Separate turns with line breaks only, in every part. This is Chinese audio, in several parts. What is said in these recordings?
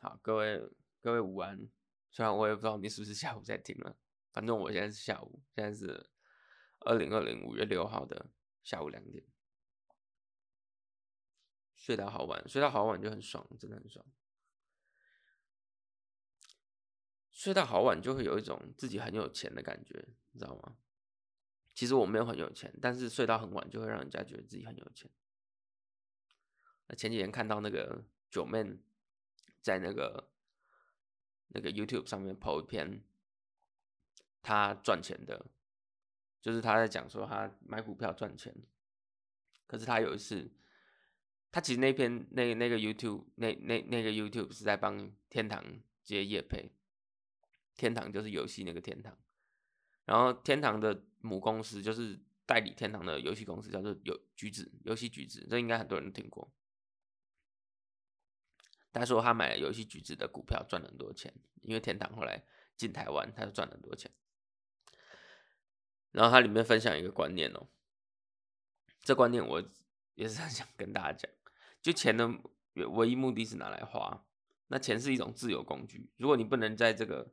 好，各位午安。虽然我也不知道你是不是下午在听了，反正我现在是下午，现在是2020 5月6号的下午2点。睡到好晚，睡到好晚就很爽，真的很爽。睡到好晚就会有一种自己很有钱的感觉，你知道吗？其实我没有很有钱，但是睡到很晚就会让人家觉得自己很有钱。那前几天看到那个9man在那个 YouTube 上面 po 一篇他赚钱的，就是他在讲说他买股票赚钱，可是他有一次，他其实那篇那个 YouTube 那个 YouTube 是在帮天堂接业配，天堂就是游戏那个天堂，然后天堂的母公司就是代理天堂的游戏公司叫做游戏橘子，这应该很多人都听过。他说他买了游戏橘子的股票赚了很多钱，因为天堂后来进台湾，他就赚了很多钱。然后他里面分享一个观念哦，这观念我也是很想跟大家讲，就钱的唯一目的是拿来花，那钱是一种自由工具，如果你不能在这个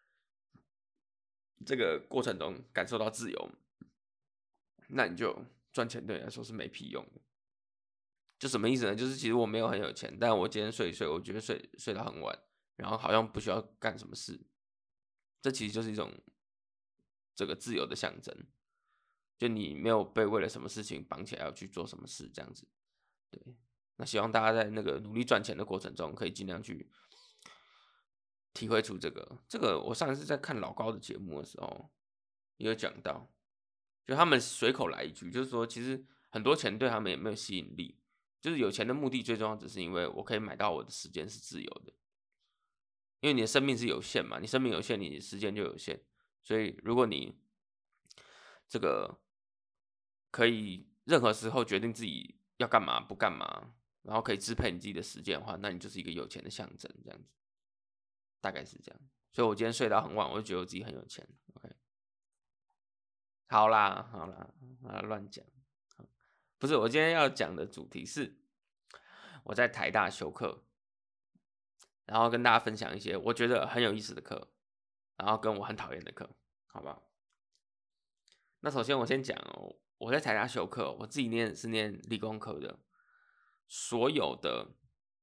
过程中感受到自由，那你就赚钱对你来说是没屁用的。就什么意思呢？就是其实我没有很有钱，但我今天睡一睡，我觉得睡到很晚，然后好像不需要干什么事，这其实就是一种这个自由的象征。就你没有被为了什么事情绑起来要去做什么事，这样子。对，那希望大家在那个努力赚钱的过程中，可以尽量去体会出这个。这个我上一次在看老高的节目的时候，也有讲到，就他们随口来一句，就是说其实很多钱对他们也没有吸引力，就是有钱的目的最重要，只是因为我可以买到我的时间是自由的，因为你的生命是有限嘛，你生命有限，你的时间就有限，所以如果你这个可以任何时候决定自己要干嘛不干嘛，然后可以支配你自己的时间的话，那你就是一个有钱的象征，这样子，大概是这样。所以我今天睡到很晚，我就觉得我自己很有钱。OK， 好啦，乱讲。不是，我今天要讲的主题是我在台大修课，然后跟大家分享一些我觉得很有意思的课，然后跟我很讨厌的课，好不好？那首先我先讲哦，我在台大修课，我自己是念理工科的，所有的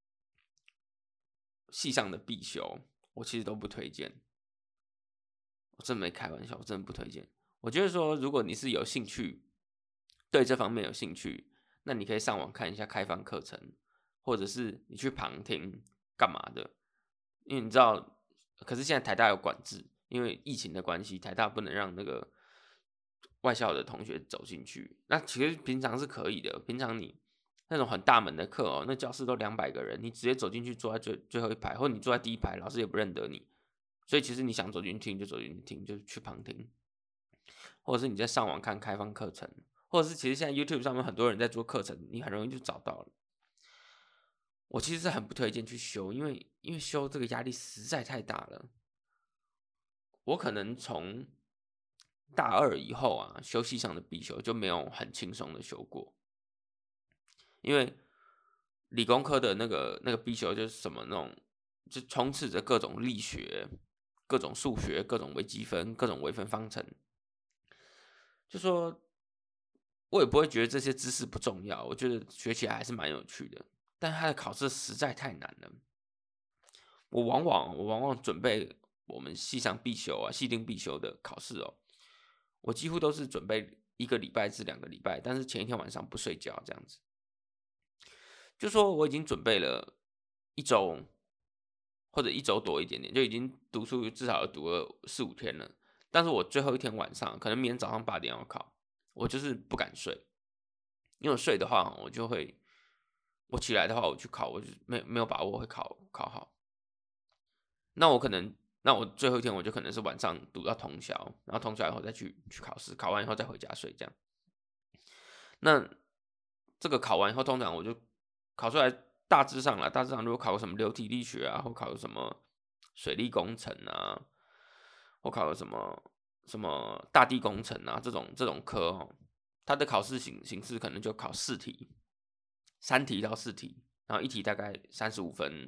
系上的必修，我其实都不推荐。我真没开玩笑，我真的不推荐。我觉得说，如果你是有兴趣，对这方面有兴趣，那你可以上网看一下开放课程，或者是你去旁听干嘛的。因为你知道，可是现在台大有管制，因为疫情的关系，台大不能让那个外校的同学走进去。那其实平常是可以的，平常你那种很大门的课哦，那教室都200个人，你直接走进去坐在最后一排，或者你坐在第一排，老师也不认得你。所以其实你想走进去听就走进去听，就去旁听，或者是你在上网看开放课程，或者是其实现在 YouTube 上面很多人在做课程，你很容易就找到了。我其实是很不推荐去修，因为修这个压力实在太大了。我可能从大2以后啊，修系上的必修就没有很轻松的修过，因为理工科的那个必修就是什么那种，就充斥着各种力学、各种数学、各种微积分、各种微分方程，就说我也不会觉得这些知识不重要，我觉得学起来还是蛮有趣的。但它的考试实在太难了，我往往准备我们系上必修啊、系定必修的考试哦，我几乎都是准备1个礼拜至2个礼拜，但是前一天晚上不睡觉这样子。就说我已经准备了1周，或者1周多一点点，就已经读书至少要读了4、5天了。但是我最后一天晚上，可能明天早上8点要考，我就是不敢睡，因为我睡的话，我起来的话，我去考，我就没有把握会考好。那我最后一天我就可能是晚上读到通宵，然后通宵以后再去考试，考完以后再回家睡这样。那这个考完以后，通常我就考出来大致上如果考个什么流体力学啊，或考个什么水利工程啊，或考个什么大地工程啊这种科哦，它的考试形式可能就考4题，3题到4题，然后1题大概35分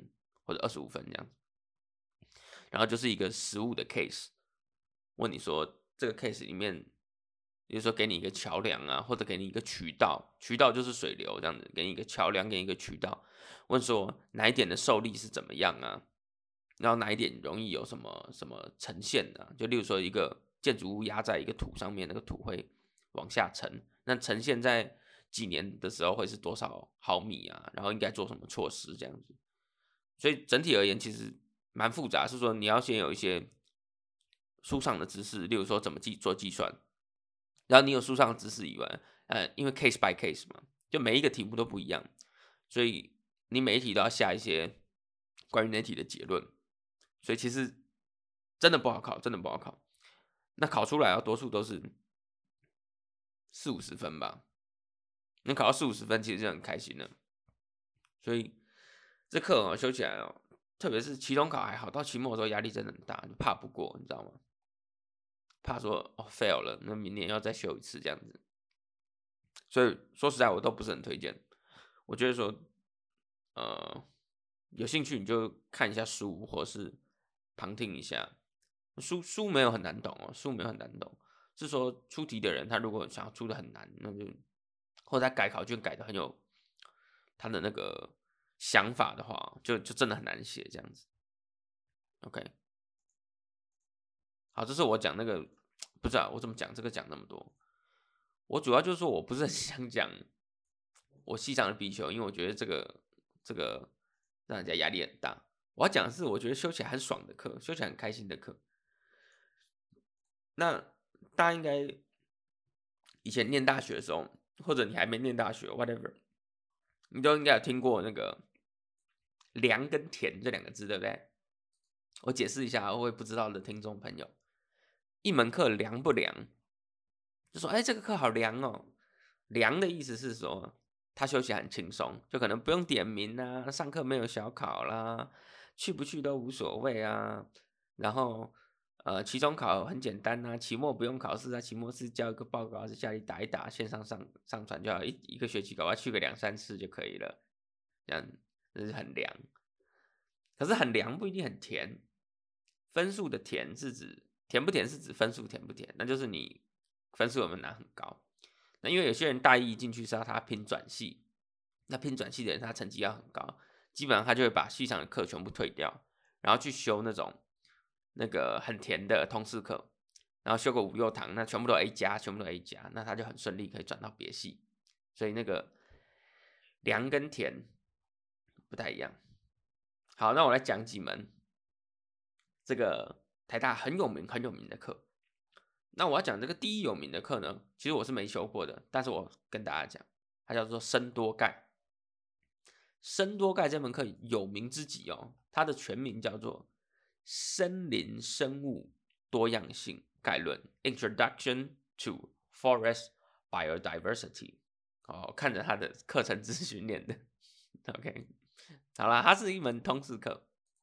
或者25分这样子。然后就是一个实物的 case， 问你说这个 case 里面，比如说给你一个桥梁啊，或者给你一个渠道，渠道就是水流这样子，给你一个桥梁，给你一个渠道，问说哪一点的受力是怎么样啊？然后哪一点容易有什么什么呈现啊？就例如说一个建筑物压在一个土上面，那个土会往下沉，那呈现在几年的时候会是多少毫米啊？然后应该做什么措施这样子？所以整体而言，其实蛮复杂，是说你要先有一些书上的知识，例如说怎么做计算，然后你有书上的知识以外，因为 case by case 嘛，就每一个题目都不一样，所以你每一题都要下一些关于那题的结论，所以其实真的不好考，真的不好考。那考出来多数都是40-50分吧，能考到40-50分，其实就很开心了。所以这课修起来特别是期中考还好，到期末的时候压力真的很大，就怕不过，你知道吗？怕说fail 了，那明年要再修一次这样子。所以说实在我都不是很推荐。我觉得说，有兴趣你就看一下书，或是旁听一下。书没有很难懂书没有很难懂，是说出题的人他如果想要出的很难，那就或者他改考卷改的很有他的那个想法的话，就真的很难写这样子。OK， 好，这是我讲那个，不知道我怎么讲这个讲那么多。我主要就是说我不是很想讲我系上的必修，因为我觉得这个让人家压力很大。我要讲的是，我觉得修起来很爽的课，修起来很开心的课。那大家应该以前念大学的时候，或者你还没念大学 ，whatever， 你都应该有听过那个凉跟甜这两个字，对不对？我解释一下，我也不知道的听众朋友，一门课凉不凉？就说这个课好凉哦。凉的意思是说，他修起来很轻松，就可能不用点名啊，上课没有小考啦，去不去都无所谓啊。然后期中考很简单啊，期末不用考试啊，期末是交一个报告，在家里打一打，线上上传就好，一个学期搞完去个2-3次就可以了，这样这是很凉。可是很凉不一定很甜，分数的甜是指甜不甜是指分数甜不甜，那就是你分数有没有拿很高。那因为有些人大一进去是要他拼转系，那拼转系的人他成绩要很高，基本上他就会把系上的课全部退掉，然后去修那个很甜的通识课，然后修个5、6堂，那全部都 A 加，全部都 A 加，那他就很顺利可以转到别系。所以那个凉跟甜不太一样。好，那我来讲几门这个台大很有名的课。那我要讲这个第一有名的课呢，其实我是没修过的，但是我跟大家讲，它叫做生多钙。生多钙这门课有名之极它的全名叫做森林生物多样性概论 （Introduction to Forest Biodiversity）。看着它的课程资讯念的。OK， 好啦，它是一门通识课。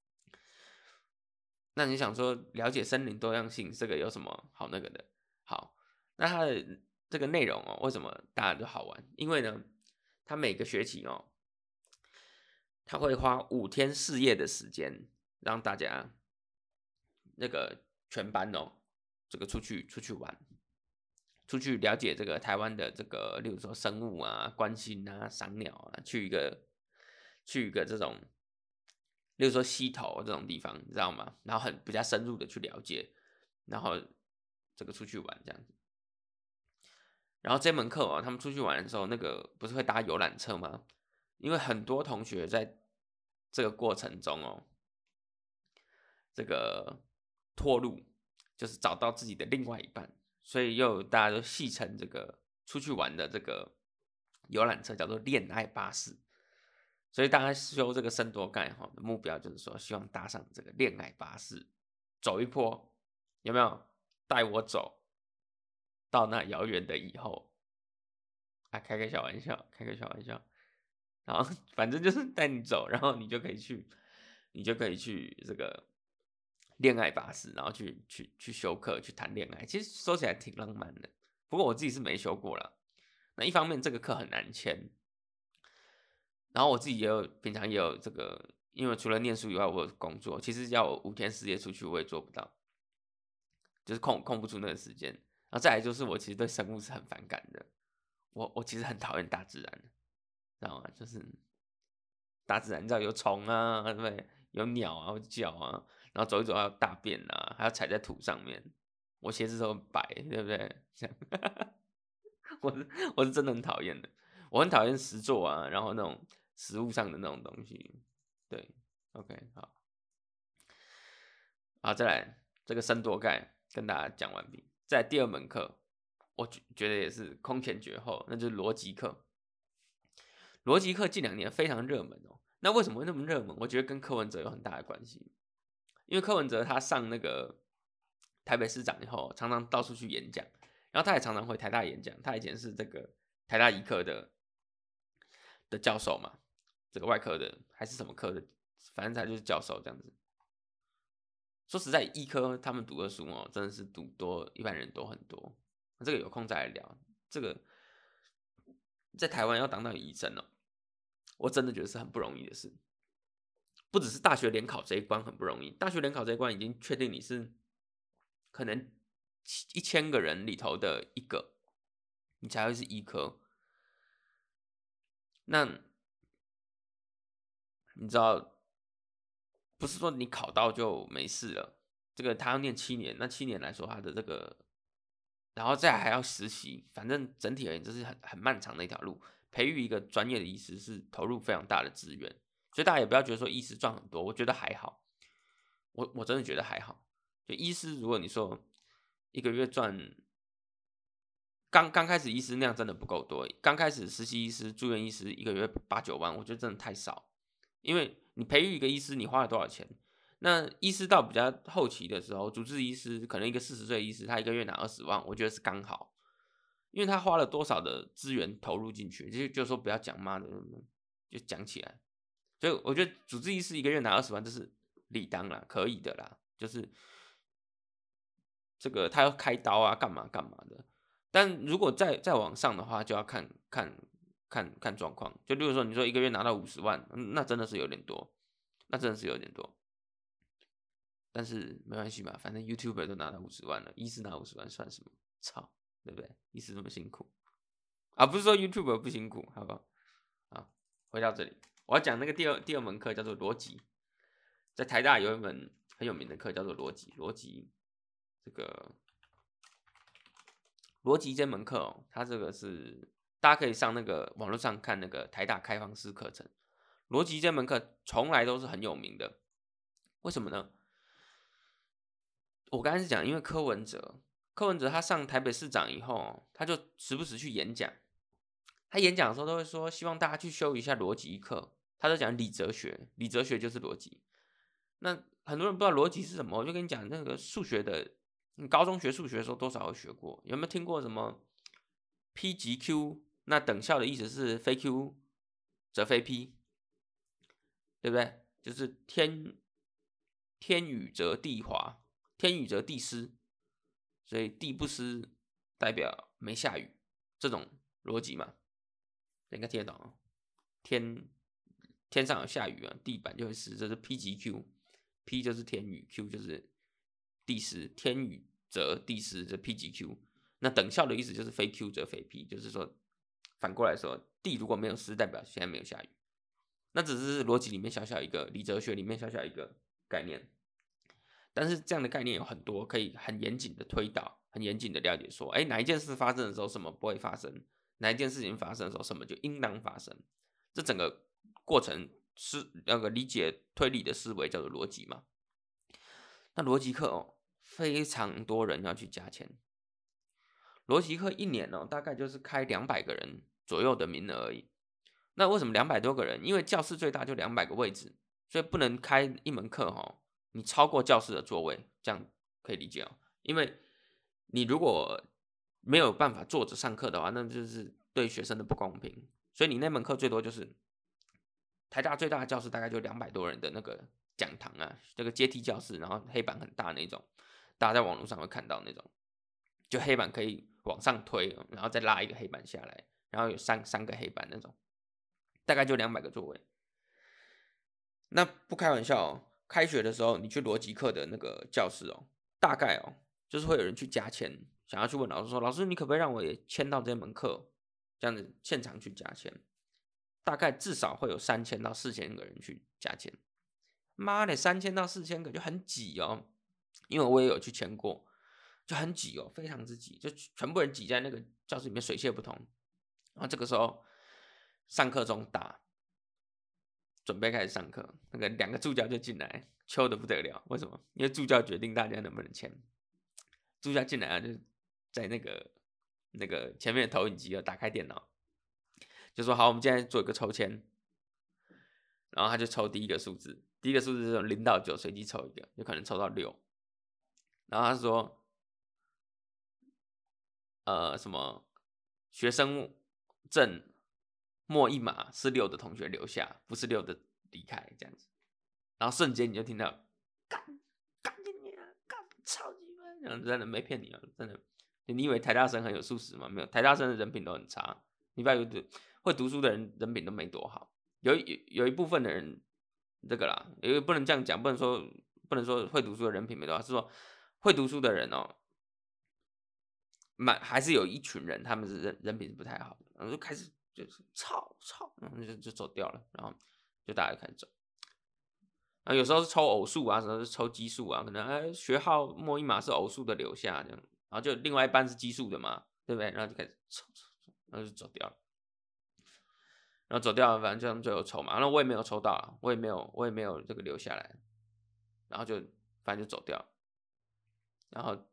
那你想说了解森林多样性这个有什么好那个的？好，那它的这个内容为什么大家就好玩？因为呢，它每个学期他会花5天4夜的时间，让大家那个全班这个出去玩，出去了解这个台湾的这个，例如说生物啊、关心啊、赏鸟啊，去一个这种。例如说溪头这种地方，你知道吗？然后比较深入的去了解，然后这个出去玩这样子。然后这门课他们出去玩的时候，那个不是会搭游览车吗？因为很多同学在这个过程中这个脱路，就是找到自己的另外一半，所以大家都戏称这个出去玩的这个游览车叫做恋爱巴士。所以大家修这个生多钙的目标就是说，希望搭上这个恋爱巴士，走一波，有没有？带我走到那遥远的以后开个小玩笑，开个小玩笑。然后反正就是带你走，然后你就可以去这个恋爱巴士，然后去修课，去谈恋爱。其实说起来挺浪漫的，不过我自己是没修过啦。那一方面这个课很难签。然后我自己平常也有这个因为除了念书以外，我有工作，其实要我5天4夜出去，我也做不到，就是空不出那个时间。然后再来就是我其实对生物是很反感的，我其实很讨厌大自然，知道吗？就是大自然，你知道有虫啊，对不对？有鸟啊，会叫啊，然后走一走还有大便啊，还要踩在土上面，我鞋子都很白，对不对？这样我是真的很讨厌的，我很讨厌实作啊，然后那种食物上的那种东西。对，OK，好，好，再来这个深多钙跟大家讲完毕。再来第二门课，我觉得也是空前绝后，那就是逻辑课。逻辑课近2年非常热门哦。那为什么会那么热门？我觉得跟柯文哲有很大的关系。因为柯文哲他上那个台北市长以后，常常到处去演讲，然后他也常常回台大演讲。他以前是这个台大医科的教授嘛，这个外科的还是什么科的，反正他就是教授这样子。说实在，医科他们读的书哦，真的是读多一般人都很多。这个有空再来聊。这个在台湾要当到医生哦，我真的觉得是很不容易的事。不只是大学联考这一关很不容易，大学联考这一关已经确定你是可能1000个人里头的一个，你才会是医科。那你知道，不是说你考到就没事了。这个他要念7年，那7年来说，他的这个，然后再来还要实习，反正整体而言，这是很漫长的一条路。培育一个专业的医师是投入非常大的资源，所以大家也不要觉得说医师赚很多，我觉得还好。我真的觉得还好。就医师，如果你说一个月赚，刚开始医师那样真的不够多。刚开始实习医师、住院医师一个月8、9万，我觉得真的太少。因为你培育一个医师，你花了多少钱？那医师到比较后期的时候，主治医师可能一个40岁的医师，他一个月拿20万，我觉得是刚好。因为他花了多少的资源投入进去，就说不要讲妈的，就讲起来。所以我觉得主治医师一个月拿20万，这是理当啦，可以的啦。就是这个他要开刀啊，干嘛干嘛的。但如果再往上的话，就要看状况。就例如说，你说一个月拿到50万，那真的是有点多，那真的是有点多。但是没关系嘛，反正 YouTuber 都拿到50万了，医师拿50万算什么？操，对不对？医师这么辛苦啊，不是说 YouTuber 不辛苦，好不好？啊，回到这里，我要讲那个第二门课叫做逻辑，在台大有一门很有名的课叫做逻辑这个。逻辑这门课哦，它这个是大家可以上那个网络上看那个台大开放式课程。逻辑这门课从来都是很有名的，为什么呢？我刚才是讲，因为柯文哲他上台北市长以后，他就时不时去演讲。他演讲的时候都会说，希望大家去修一下逻辑课。他就讲理哲学，理哲学就是逻辑。那很多人不知道逻辑是什么，我就跟你讲那个数学的，你高中学数学的时候多少有学过，有没有听过什么 P 及 Q？那等效的意思是非 Q 则非 P， 对不对？就是天雨则地滑，天雨则地湿，所以地不湿代表没下雨，这种逻辑嘛，应该听得懂哦。天上有下雨啊，地板就会湿，这是 P 及 Q，P 就是天雨 ，Q 就是地湿，天雨则地湿，这 P 及 Q。那等效的意思就是非 Q 则非 P， 就是说反过来说，地如果没有湿，代表现在没有下雨。那只是逻辑里面小小一个，理哲学里面小小一个概念。但是这样的概念有很多，可以很严谨的推导，很严谨的了解说，哪一件事发生的时候什么不会发生，哪一件事情发生的时候什么就应当发生。这整个过程是那个理解推理的思维叫做逻辑嘛。那逻辑课哦，非常多人要去加钱。逻辑课一年哦，大概就是开200个人左右的名额而已。那为什么200多个人？因为教室最大就200个位置，所以不能开一门课哦，你超过教室的座位，这样可以理解哦。因为你如果没有办法坐着上课的话，那就是对学生的不公平。所以你那门课最多就是台大最大的教室，大概就200多人的那个讲堂啊，这个阶梯教室，然后黑板很大那种，大家在网络上会看到那种，就黑板可以往上推，然后再拉一个黑板下来，然后有三个黑板那种，大概就200个座位。 那不开玩笑哦，开学的时候你去逻辑课的那个教室哦，大概哦就是会有人去加签，想要去问老师说，老师你可不可以让我也签到这门课？这样子现场去加签，大概至少会有3000到4000个人去加签。妈的，3000到4000个就很挤哦，因为我也有去签过，就很挤哦，非常之挤，就全部人挤在那个教室里面，水泄不通。然后这个时候上课中打，准备开始上课，那个2个助教就进来，糗的不得了。为什么？因为助教决定大家能不能签。助教进来啊，就在那个前面的投影机打开电脑，就说好，我们现在做一个抽签。然后他就抽第一个数字，第一个数字是从0到9随机抽一个，有可能抽到6。然后他说，什么学生证末一码是6的同学留下，不是6的离开，这样子。然后瞬间你就听到干你啊，干超级慢，这样真的没骗你啊，真的。你以为台大生很有素质吗？没有，台大生的人品都很差。你不要会读书的人人品都没多好，有一部分的人这个啦，因为不能这样讲，不能说会读书的人品没多好，是说会读书的人哦，还是有一群人他们是人品是不太好的，然后就开始就是吵，然后就走掉了，然后就大家就开始走。然后有时候是抽偶数啊，有时候是抽奇数啊，可能学号末一码是偶数的留下这样，然后就另外一半是奇数的嘛，对不对？然后就开始抽，然后就走掉了。然后走掉了，反正就他们最后抽嘛，然后我也没有抽到啊，我也没有这个留下来，然后就反正就走掉了。然后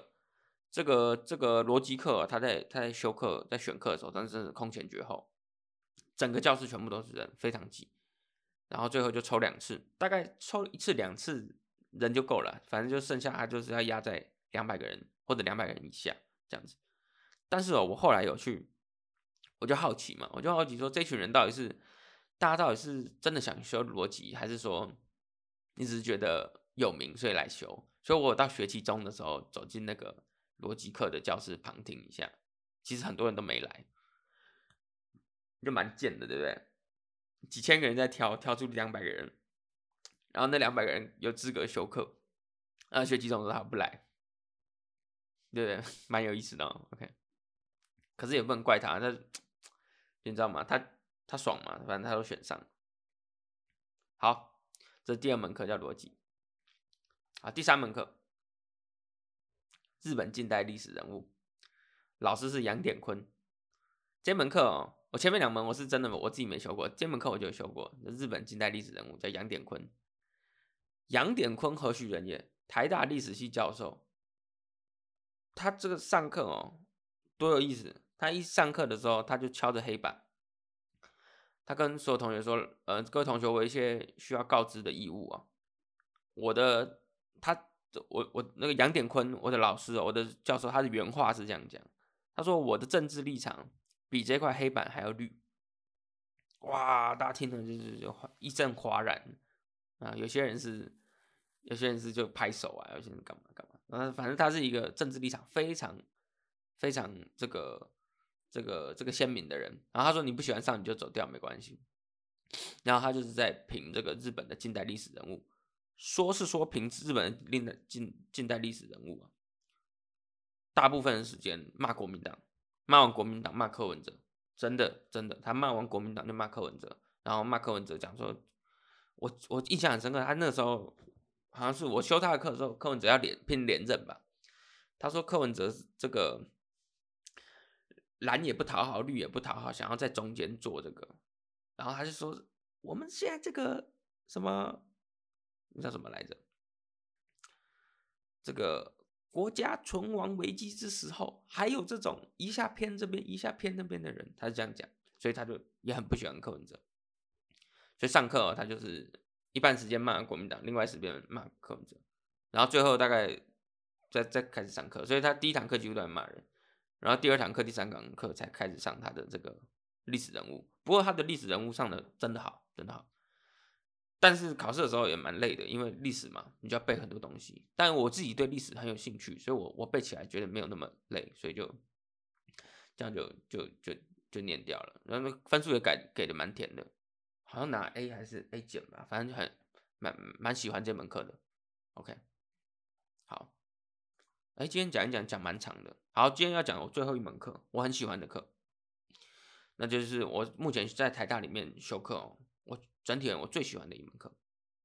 这个逻辑课啊，他在修课在选课的时候，真的是空前绝后，整个教室全部都是人，非常挤。然后最后就抽2次，大概抽1次2次人就够了，反正就剩下他就是要压在200个人或者200个人以下这样子。但是哦，我后来有去，我就好奇嘛，我就好奇说，这群人大家到底是真的想修逻辑，还是说你只是觉得有名所以来修？所以我到学期中的时候走进那个逻辑课的教室旁听一下，其实很多人都没来，就蛮贱的，对不对？几千个人在挑出200个人，然后那200个人有资格修课，学期中的时候他不来，对不对？蛮有意思的哦。OK，可是也不能怪他，你知道吗？他爽嘛，反正他都选上。好，这第2门课叫逻辑。好，第3门课日本近代历史人物，老师是杨典坤。这门课哦，我前面2门我是真的我自己没修过，这门课我就有修过。日本近代历史人物叫杨典坤。杨典坤何许人也？台大历史系教授。他这个上课哦，多有意思！他一上课的时候，他就敲着黑板，他跟所有同学说：各位同学，我有一些需要告知的义务啊。我的他我那个杨典坤，我的老师哦，我的教授，他的原话是这样讲，他说我的政治立场比这块黑板还要绿。哇，大家听了就一阵哗然啊！有些人是就拍手啊，有些人干嘛干嘛。反正他是一个政治立场非常非常这个鲜明的人。然后他说你不喜欢上你就走掉没关系。然后他就是在评这个日本的近代历史人物，说评日本的近代历史人物啊，大部分的时间骂国民党，骂完国民党骂柯文哲，真的，他骂完国民党就骂柯文哲，然后骂柯文哲讲说，我印象很深刻，他那时候好像是我修他的课的时候，柯文哲要拼连任吧，他说柯文哲这个蓝也不讨好，绿也不讨好，想要在中间做这个，然后他就说我们现在这个什么叫什么来着？这个国家存亡危机之时候，还有这种一下偏这边一下偏那边的人，他是这样讲，所以他就也很不喜欢柯文哲。所以上课他就是一半时间骂国民党，另外时间骂柯文哲，然后最后大概再开始上课，所以他第1堂课几乎都在骂人，然后第2堂课、第3堂课才开始上他的这个历史人物。不过他的历史人物上的真的好，真的好。但是考试的时候也蛮累的，因为历史嘛，你就要背很多东西。但我自己对历史很有兴趣，所以我背起来觉得没有那么累，所以就这样就念掉了。然后分数也给的蛮甜的， 好像拿 A 还是 A 减吧，反正就蛮喜欢这门课的。OK， 好，今天讲蛮长的。好，今天要讲我最后一门课，我很喜欢的课，那就是我目前在台大里面修课我整体我最喜欢的一门课。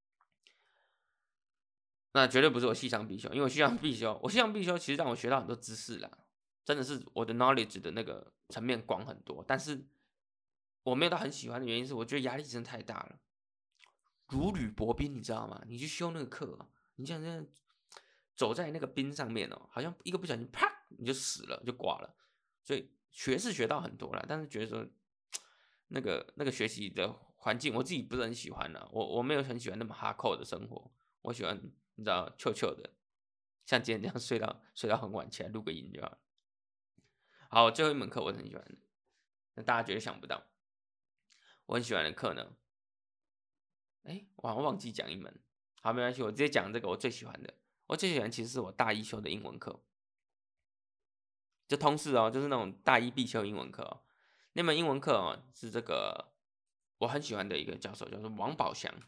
那绝对不是我系上必修，因为我系上必修其实让我学到很多知识啦，真的是我的 knowledge 的那个层面广很多，但是我没有到很喜欢的原因是，我觉得压力真的太大了，如履薄冰，你知道吗？你去修那个课你这样走在那个冰上面好像一个不小心啪你就死了，就挂了。所以学是学到很多啦，但是觉得说那个学习的环境我自己不是很喜欢啦，我没有很喜欢那么 hardcore 的生活，我喜欢你知道臭的，像今天这样睡到很晚起来录个音就好了。好，最后一门课我很喜欢的，那大家绝对想不到，我很喜欢的课呢，我好像忘记讲一门，好没关系，我直接讲这个我最喜欢的。我最喜欢其实是我大一修的英文课，就通识就是那种大一必修英文课那门英文课是这个我很喜欢的一个教授，叫做王宝祥。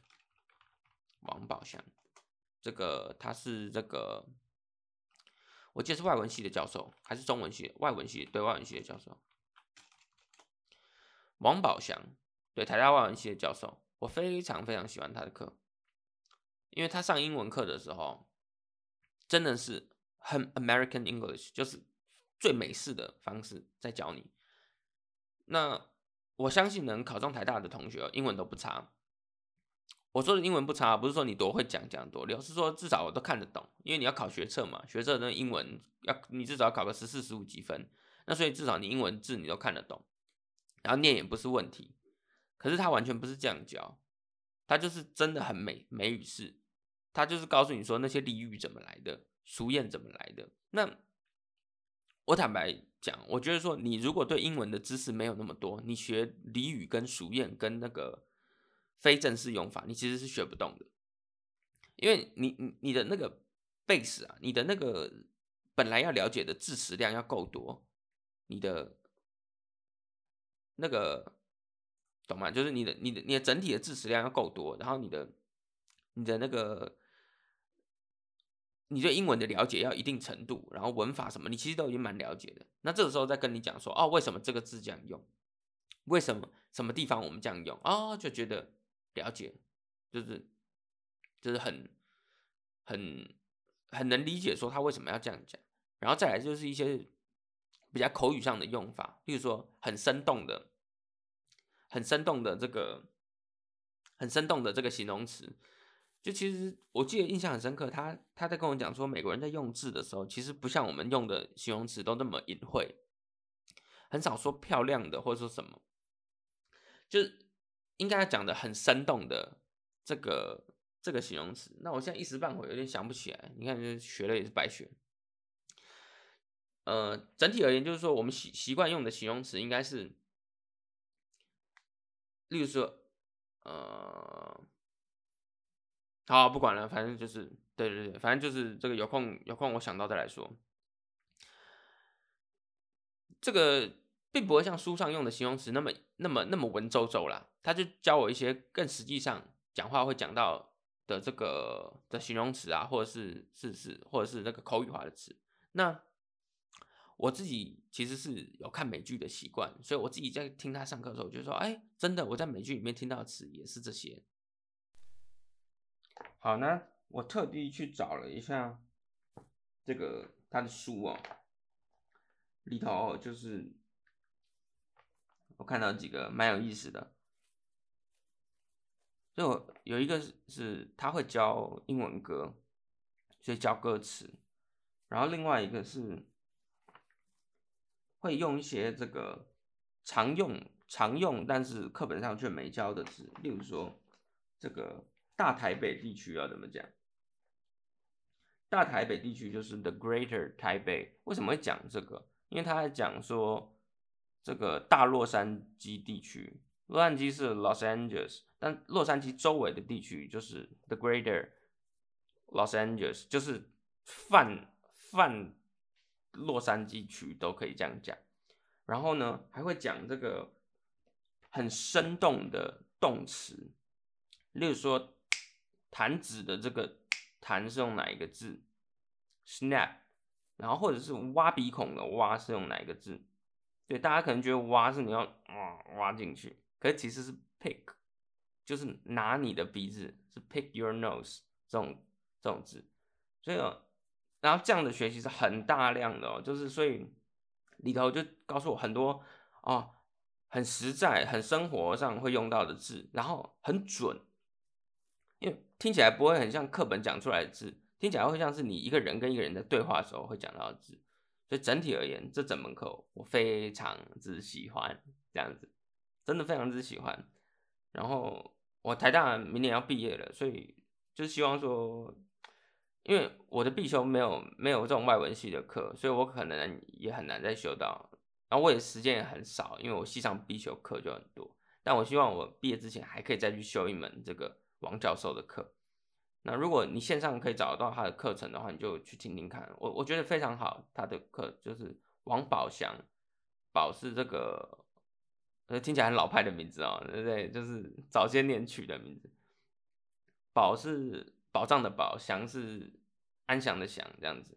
这个他是这个我记得是外文系的教授，还是中文系的？外文系的教授。王宝祥，对，台大外文系的教授，我非常非常喜欢他的课，因为他上英文课的时候，真的是很 American English， 就是最美式的方式在教你。那我相信能考上台大的同学英文都不差。我说的英文不差，不是说你多会讲多溜，是说至少我都看得懂，因为你要考学测嘛，学测的英文你至少要考个14、15几分，那所以至少你英文字你都看得懂，然后念也不是问题。可是他完全不是这样教，他就是真的很美语式，他就是告诉你说那些俚语怎么来的，俗谚怎么来的。那我坦白讲，我觉得说你如果对英文的知识没有那么多，你学俚语跟俗谚跟那个非正式用法，你其实是学不动的，因为你的那个 base 你的那个本来要了解的字词量要够多，你的那个懂吗？就是你的整体的字词量要够多，然后你的那个你对英文的了解要一定程度，然后文法什么，你其实都已经蛮了解的。那这个时候再跟你讲说，为什么这个字这样用？为什么什么地方我们这样用？就觉得了解，就是很能理解说他为什么要这样讲。然后再来就是一些比较口语上的用法，例如说很生动的这个形容词。就其实我记得印象很深刻，他在跟我讲说，美国人在用字的时候，其实不像我们用的形容词都那么隐晦，很少说漂亮的或者说什么，就是应该讲的很生动的这个形容词。那我现在一时半会有点想不起来，你看学了也是白学。整体而言就是说，我们习惯用的形容词应该是，例如说，好，不管了，反正就是对，反正就是这个有空我想到再来说。这个并不会像书上用的形容词那么文绉绉啦，他就教我一些更实际上讲话会讲到的这个的形容词或者是或者是那个口语化的词。那我自己其实是有看美剧的习惯，所以我自己在听他上课的时候，我就说，真的我在美剧里面听到的词也是这些。好，那我特地去找了一下这个他的书里头就是我看到几个蛮有意思的，就有一个是他会教英文歌，所以教歌词，然后另外一个是会用一些这个常用但是课本上却没教的词，例如说这个大台北地区要怎么讲？大台北地区就是 the Greater Taipei， 为什么会讲这个？因为他在讲说这个大洛杉矶地区，洛杉矶是 Los Angeles， 但洛杉矶周围的地区就是 the Greater Los Angeles， 就是泛洛杉矶区都可以这样讲。然后呢，还会讲这个很生动的动词，例如说弹指的这个弹是用哪一个字 ？snap， 然后或者是挖鼻孔的挖是用哪一个字？对，大家可能觉得挖是你要挖进去，可是其实是 pick， 就是拿你的鼻子，是 pick your nose 这种字，所以然后这样的学习是很大量的哦，就是所以里头就告诉我很多哦，很实在、很生活上会用到的字，然后很准，因为听起来不会很像课本讲出来的字，听起来会像是你一个人跟一个人在对话的时候会讲到的字。所以整体而言，这整门课我非常之喜欢，这样子，真的非常之喜欢。然后我台大明年要毕业了，所以就是希望说，因为我的必修没有这种外文系的课，所以我可能也很难再修到。然后我也时间也很少，因为我系上必修课就很多。但我希望我毕业之前还可以再去修一门这个王教授的课。那如果你线上可以找得到他的课程的话，你就去听听看。我觉得非常好，他的课就是王宝祥，宝是这个，听起来很老派的名字哦，对不对？就是早些年取的名字。宝是宝藏的宝，祥是安详的祥，这样子。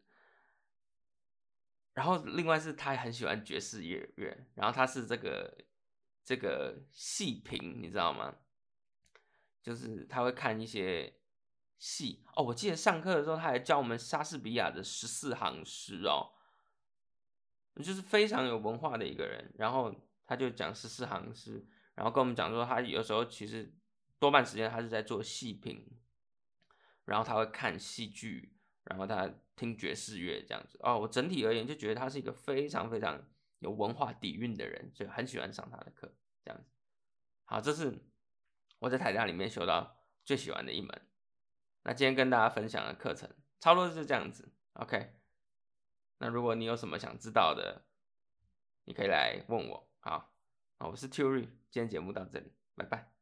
然后另外是他也很喜欢爵士乐，然后他是这个戏评，你知道吗？就是他会看一些戏哦。我记得上课的时候，他还教我们莎士比亚的14行诗哦，就是非常有文化的一个人。然后他就讲14行诗，然后跟我们讲说，他有时候其实多半时间他是在做戏评，然后他会看戏剧，然后他听爵士乐这样子哦。我整体而言就觉得他是一个非常非常有文化底蕴的人，所以很喜欢上他的课这样子。好，这是我在台大里面修到最喜欢的一门。那今天跟大家分享的课程，差不多是这样子。OK，那如果你有什么想知道的，你可以来问我。好，我是 Tury，今天节目到这里，拜拜。